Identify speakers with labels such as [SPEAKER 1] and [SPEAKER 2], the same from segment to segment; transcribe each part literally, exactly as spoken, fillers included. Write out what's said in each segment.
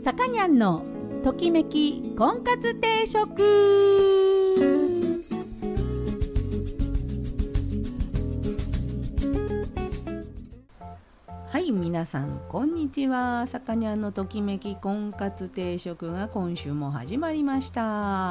[SPEAKER 1] さかにゃんのときめき婚活定食。はい、皆さんこんにちは。さかにゃんのときめき婚活定食が今週も始まりました。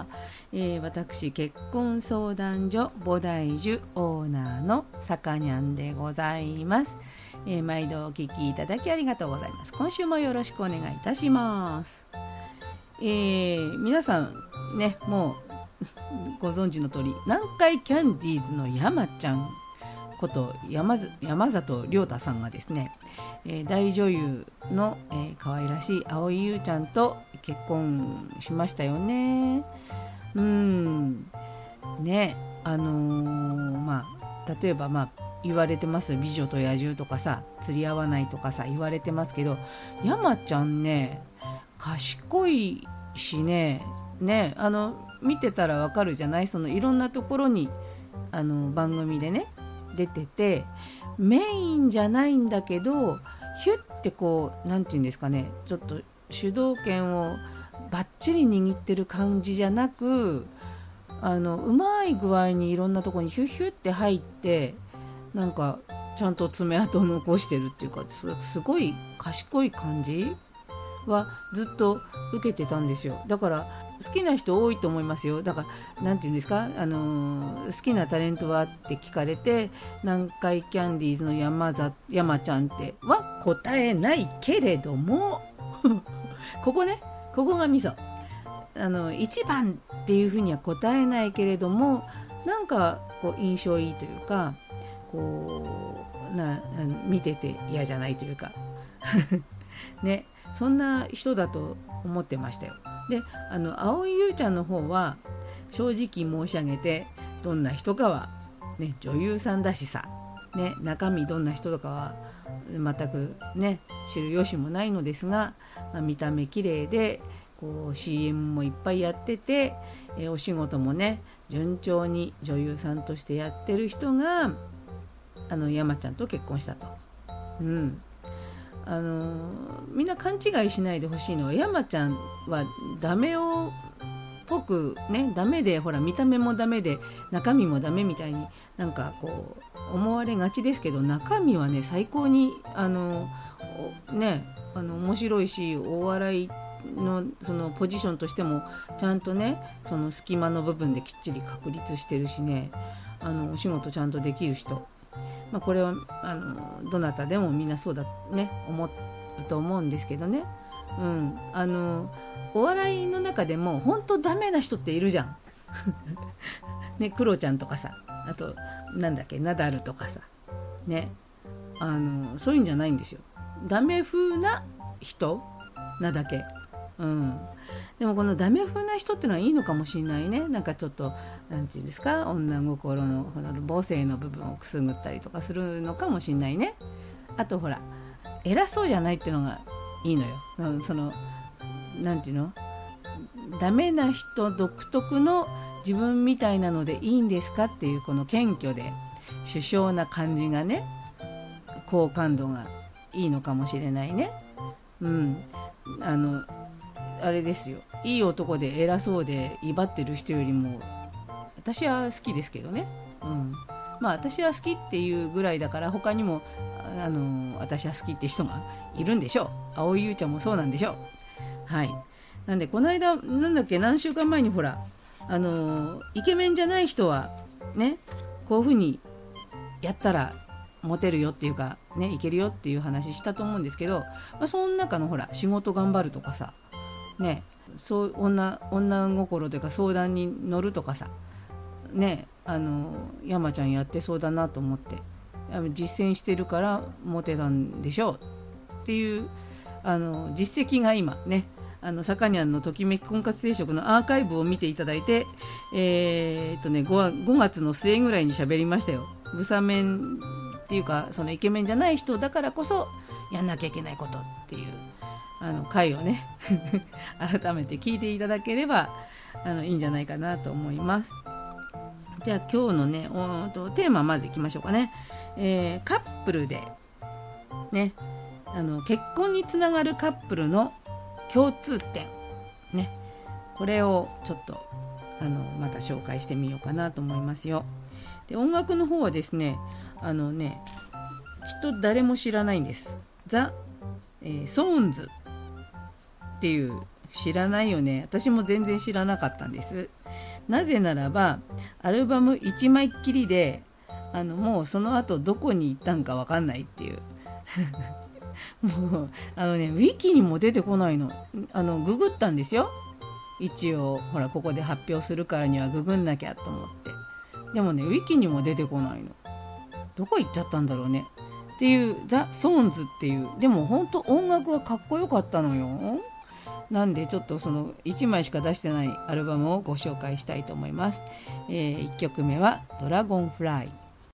[SPEAKER 1] えー、私結婚相談所菩提樹オーナーのさかにゃんでございます。えー、毎度お聞きいただきありがとうございます。今週もよろしくお願いいたします。えー、皆さんね、もうご存知の通り、南海キャンディーズの山ちゃんこと山, 山里亮太さんがですね、えー、大女優の、えー、可愛らしい蒼井優ちゃんと結婚しましたよね。うーんね、あのー、まあ例えばまあ言われてます、美女と野獣とかさ、釣り合わないとかさ言われてますけど、山ちゃんね賢いしね、ね、あの見てたらわかるじゃない、そのいろんなところにあの番組でね出てて、メインじゃないんだけどヒュッてこうなんていうんですかね、ちょっと主導権をバッチリ握ってる感じじゃなく、あのうまい具合にいろんなところにヒュッヒュッて入って、なんかちゃんと爪痕を残してるっていうか、 す, すごい賢い感じはずっと受けてたんですよ。だから好きな人多いと思いますよ。だからなんていうんですか、あのー、好きなタレントはって聞かれて、南海キャンディーズの 山, ざ山ちゃんっては答えないけれどもここね、ここがミソ。あの一番っていうふうには答えないけれども、なんかこう印象いいというか、こうな見てて嫌じゃないというかね、そんな人だと思ってましたよ。で、あの蒼井優ちゃんの方は正直申し上げて、どんな人かは、ね、女優さんだしさ、ね、中身どんな人とかは全くね知る由もないのですが、まあ、見た目綺麗でこう シーエム もいっぱいやってて、えー、お仕事もね順調に女優さんとしてやってる人があの山ちゃんと結婚したと。うん、あのみんな勘違いしないでほしいのは、山ちゃんはダメをぽくね、ダメで、ほら見た目もダメで中身もダメみたいになんかこう思われがちですけど、中身はね最高にあのねあの面白いし、お笑いのそのポジションとしてもちゃんとね、その隙間の部分できっちり確立してるしね、あのお仕事ちゃんとできる人、まあ、これはあのどなたでもみんなそうだね思うと思うんですけどね、うん、あのお笑いの中でも本当ダメな人っているじゃんね、クロちゃんとかさ、あとなんだっけナダルとかさね、あのそういうんじゃないんですよ。ダメ風な人なだけ。うん、でもこのダメ風な人ってのはいいのかもしれないね。なんかちょっとなんていうんですか、女心のこの母性の部分をくすぐったりとかするのかもしれないね。あとほら偉そうじゃないってのがいいのよ。うん、そのなんていうの、ダメな人独特の自分みたいなのでいいんですかっていう、この謙虚で首相な感じがね、好感度がいいのかもしれないね。うん、あのあれですよ、いい男で偉そうで威張ってる人よりも私は好きですけどね、うん、まあ私は好きっていうぐらいだから、他にもあの私は好きって人がいるんでしょう。蒼井優ちゃんもそうなんでしょう。はい。なんでこの間なんだっけ、何週間前にほらあのイケメンじゃない人はねこういう風にやったらモテるよっていうかね、いけるよっていう話したと思うんですけど、まあ、その中のほら仕事頑張るとかさね、そう女女心というか相談に乗るとかさね、あの山ちゃんやってそうだなと思って、実践してるからモテたんでしょうっていうあの実績が今ね、あのさかにゃんのときめき婚活定食のアーカイブを見ていただいて、えー、っとね 5, 5月の末ぐらいに喋りましたよ。ブサメンっていうかそのイケメンじゃない人だからこそやんなきゃいけないことっていうあの回をね改めて聞いていただければあのいいんじゃないかなと思います。じゃあ今日のねおとテーマまずいきましょうかね、えー、カップルでね、あの結婚につながるカップルの共通点ね、これをちょっとあのまた紹介してみようかなと思いますよ。で、音楽の方はですね、あのねきっと誰も知らないんです。ザ・えー、ソーンズっていう、知らないよね。私も全然知らなかったんです。なぜならばアルバムいちまいっきりで、あのもうその後どこに行ったんか分かんないっていうもうあのねウィキにも出てこないの。あのググったんですよ。一応ほらここで発表するからにはググんなきゃと思って。でもねウィキにも出てこないの。どこ行っちゃったんだろうねっていう、ザ・ソーンズっていう。でも本当音楽はかっこよかったのよ。なんでちょっとそのいちまいしか出してないアルバムをご紹介したいと思います。えー、いっきょくめはドラゴンフライ。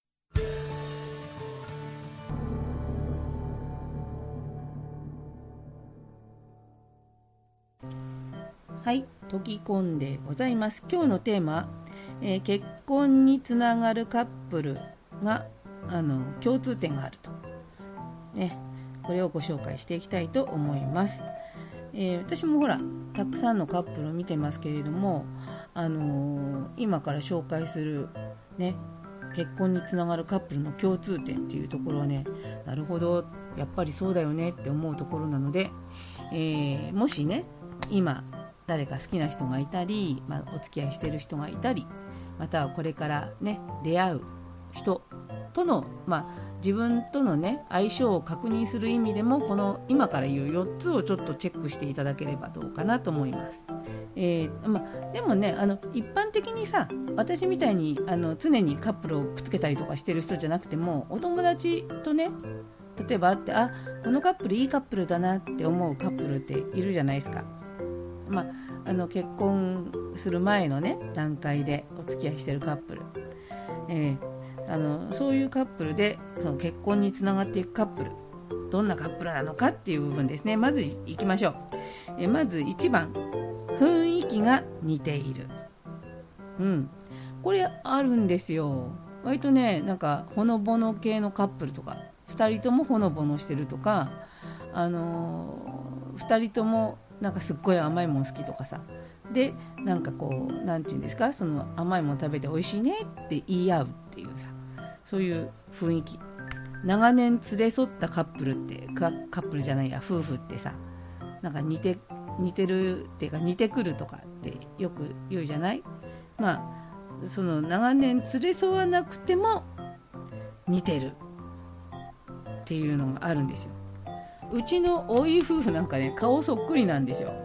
[SPEAKER 1] はい、溶き込んでございます。今日のテーマ、えー、結婚につながるカップルがあの共通点があると、ね、これをご紹介していきたいと思います。えー、私もほらたくさんのカップルを見てますけれども、あのー、今から紹介する、ね、結婚につながるカップルの共通点っていうところはね、なるほどやっぱりそうだよねって思うところなので、えー、もしね今誰か好きな人がいたり、まあ、お付き合いしている人がいたり、またはこれからね出会う人との、まあ、自分とのね相性を確認する意味でも、この今から言うよっつをちょっとチェックしていただければどうかなと思います。えーまあ、でもねあの一般的にさ、私みたいにあの常にカップルをくっつけたりとかしてる人じゃなくても、お友達とね例えば会って、あこのカップルいいカップルだなって思うカップルっているじゃないですか。まあ、あの結婚する前のね段階でお付き合いしてるカップル、えー、あのそういうカップルでその結婚につながっていくカップル、どんなカップルなのかっていう部分ですね。まずいきましょう。えー、まずいちばん、雰囲気が似ている。うん、これあるんですよ。割とねなんかほのぼの系のカップルとか、ふたりともほのぼのしてるとか、あのー、ふたりともなんかすっごい甘いもん好きとかさ、でなんかこうなんていうんですか、その甘いもん食べて美味しいねって言い合うっていうさ、そういう雰囲気。長年連れ添ったカップルってカップルじゃないや夫婦ってさ、なんか似て似てるっていうか似てくるとかってよく言うじゃない。まあその長年連れ添わなくても似てるっていうのがあるんですよ。うちのおい夫婦なんかね顔そっくりなんですよ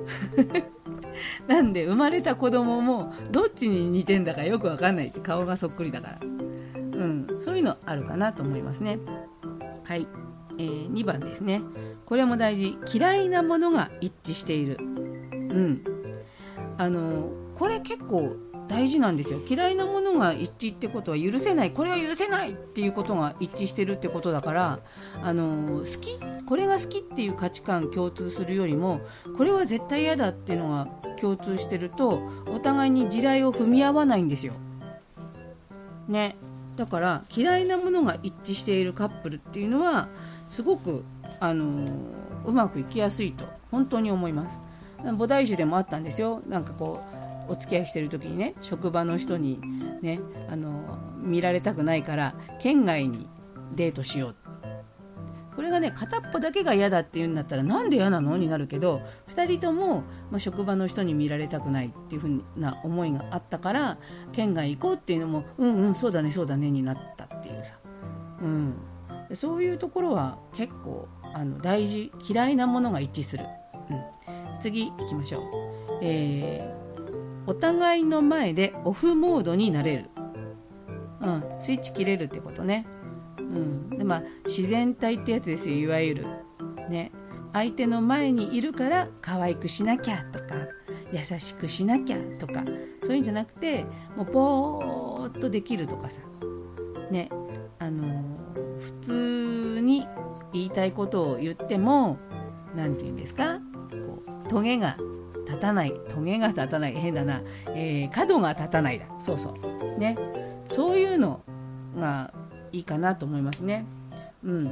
[SPEAKER 1] なんで生まれた子供もどっちに似てんだかよくわかんないって、顔がそっくりだから、うん、そういうのあるかなと思いますね。はい、えー、にばんですね。これも大事。嫌いなものが一致している。うん、あのこれ結構大事なんですよ。嫌いなものが一致ってことは許せない、これは許せないっていうことが一致してるってことだから、あの好き、これが好きっていう価値観共通するよりも、これは絶対嫌だっていうのが共通してると、お互いに地雷を踏み合わないんですよね。だから嫌いなものが一致しているカップルっていうのはすごくあのうまくいきやすいと本当に思います。菩提樹でもあったんですよ。なんかこうお付き合いしてる時にね、職場の人にねあの見られたくないから県外にデートしよう。これがね片っぽだけが嫌だっていうんだったら、なんで嫌なのになるけど、ふたりとも、まあ、職場の人に見られたくないっていう風な思いがあったから県外行こうっていうのも、うんうんそうだねそうだねになったっていうさ、うん、そういうところは結構あの大事。嫌いなものが一致する。うん、次行きましょう。えー、お互いの前でオフモードになれる。うん、スイッチ切れるってことね。うん、でまあ自然体ってやつですよ、いわゆるね。相手の前にいるから可愛くしなきゃとか優しくしなきゃとか、そういうんじゃなくて、もうぼーっとできるとかさね、あのー、普通に言いたいことを言っても、なんて言うんですか、こうトゲが立たない、トゲが立たない、変だな、えー、角が立たないだ、そうそうね、そういうのがいいかなと思いますね。うん、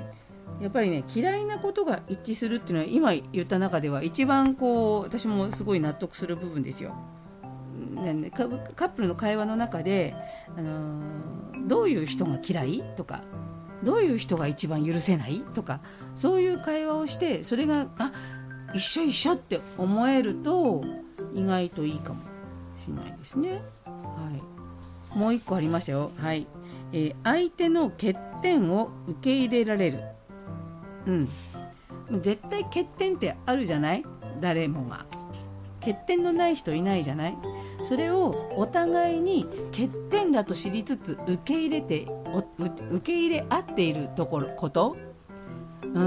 [SPEAKER 1] やっぱりね嫌いなことが一致するっていうのは今言った中では一番こう私もすごい納得する部分ですよ。ね、カップルの会話の中で、あのー、どういう人が嫌いとかどういう人が一番許せないとかそういう会話をしてそれがあ一緒一緒って思えると意外といいかもしれないですね。はい、もう一個ありましたよ。はい、えー、相手の欠点を受け入れられる。うん、絶対欠点ってあるじゃない。誰もが欠点のない人いないじゃない。それをお互いに欠点だと知りつつ受け入れて受け入れ合っているところこと、うん、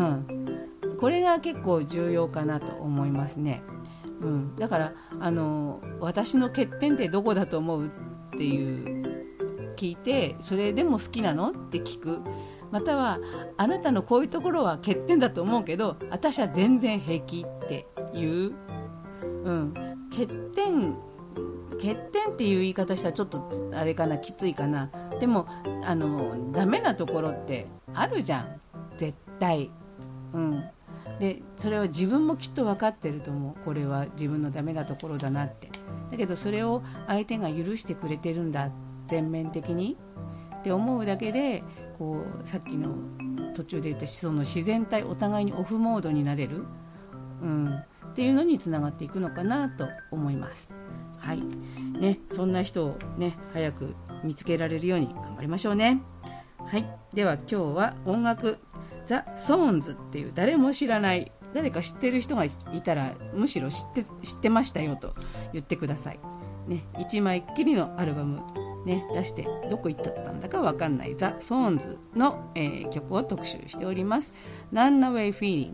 [SPEAKER 1] これが結構重要かなと思いますね。うん、だからあの私の欠点ってどこだと思うっていう聞いてそれでも好きなのって聞く。またはあなたのこういうところは欠点だと思うけど私は全然平気っていう、うん、欠点欠点っていう言い方したらちょっとあれかなきついかな。でもあのダメなところってあるじゃん絶対、うん、でそれは自分もきっと分かってると思う。これは自分のダメなところだなって。だけどそれを相手が許してくれてるんだ全面的にって思うだけでこうさっきの途中で言ったその自然体お互いにオフモードになれる、うん、っていうのにつながっていくのかなと思います。はいね、そんな人を、ね、早く見つけられるように頑張りましょうね。はい、では今日は音楽ザ・ソーンズっていう誰も知らない誰か知ってる人がいたらむしろ知って、知ってましたよと言ってください、ね、いちまいっきりのアルバム、ね、出してどこ行ったんだか分かんないザ・ソーンズの、えー、曲を特集しております。 Runaway Feeling。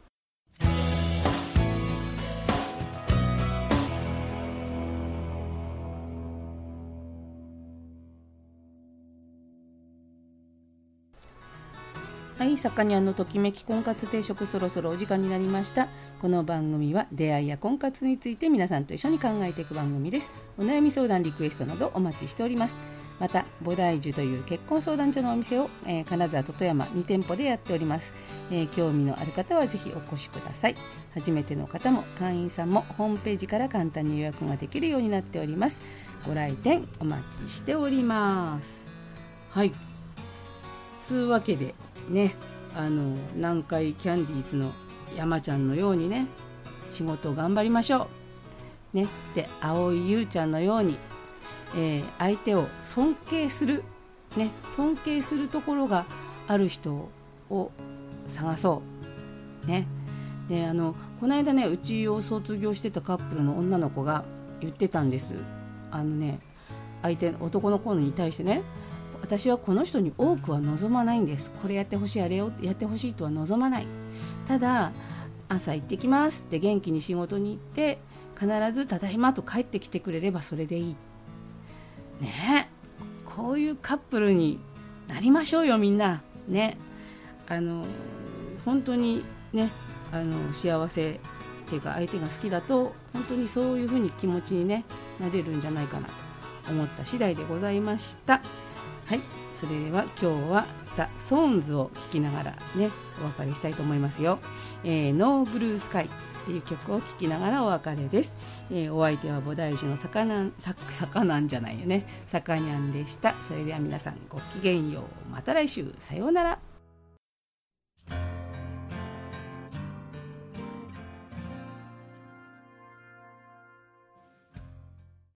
[SPEAKER 1] はい、さかにゃんのときめき婚活定食、そろそろお時間になりました。この番組は出会いや婚活について皆さんと一緒に考えていく番組です。お悩み相談リクエストなどお待ちしております。また菩提樹という結婚相談所のお店を、えー、金沢と富山に店舗でやっております、えー、興味のある方はぜひお越しください。初めての方も会員さんもホームページから簡単に予約ができるようになっております。ご来店お待ちしております。はい、つうわけでね、あの南海キャンディーズの山ちゃんのようにね仕事を頑張りましょう、ね、で青井優ちゃんのように、えー、相手を尊敬する、ね、尊敬するところがある人を探そう、ね、であのこの間ねうちを卒業してたカップルの女の子が言ってたんです。あのね相手男の子に対してね、私はこの人に多くは望まないんです。これやってほしいあれをやってほしいとは望まない。ただ朝行ってきますって元気に仕事に行って必ずただいまと帰ってきてくれればそれでいいね。こういうカップルになりましょうよみんなね。あの本当にねあの幸せっていうか相手が好きだと本当にそういうふうに気持ちに、ね、なれるんじゃないかなと思った次第でございました。はい、それでは今日はザ・ソーンズを聴きながらねお別れしたいと思いますよ。えー、ノーブルースカイっていう曲を聴きながらお別れです。えー、お相手は菩提樹のさかなんささかなんじゃないよねさかにゃんでした。それでは皆さんごきげんよう。また来週。さようなら。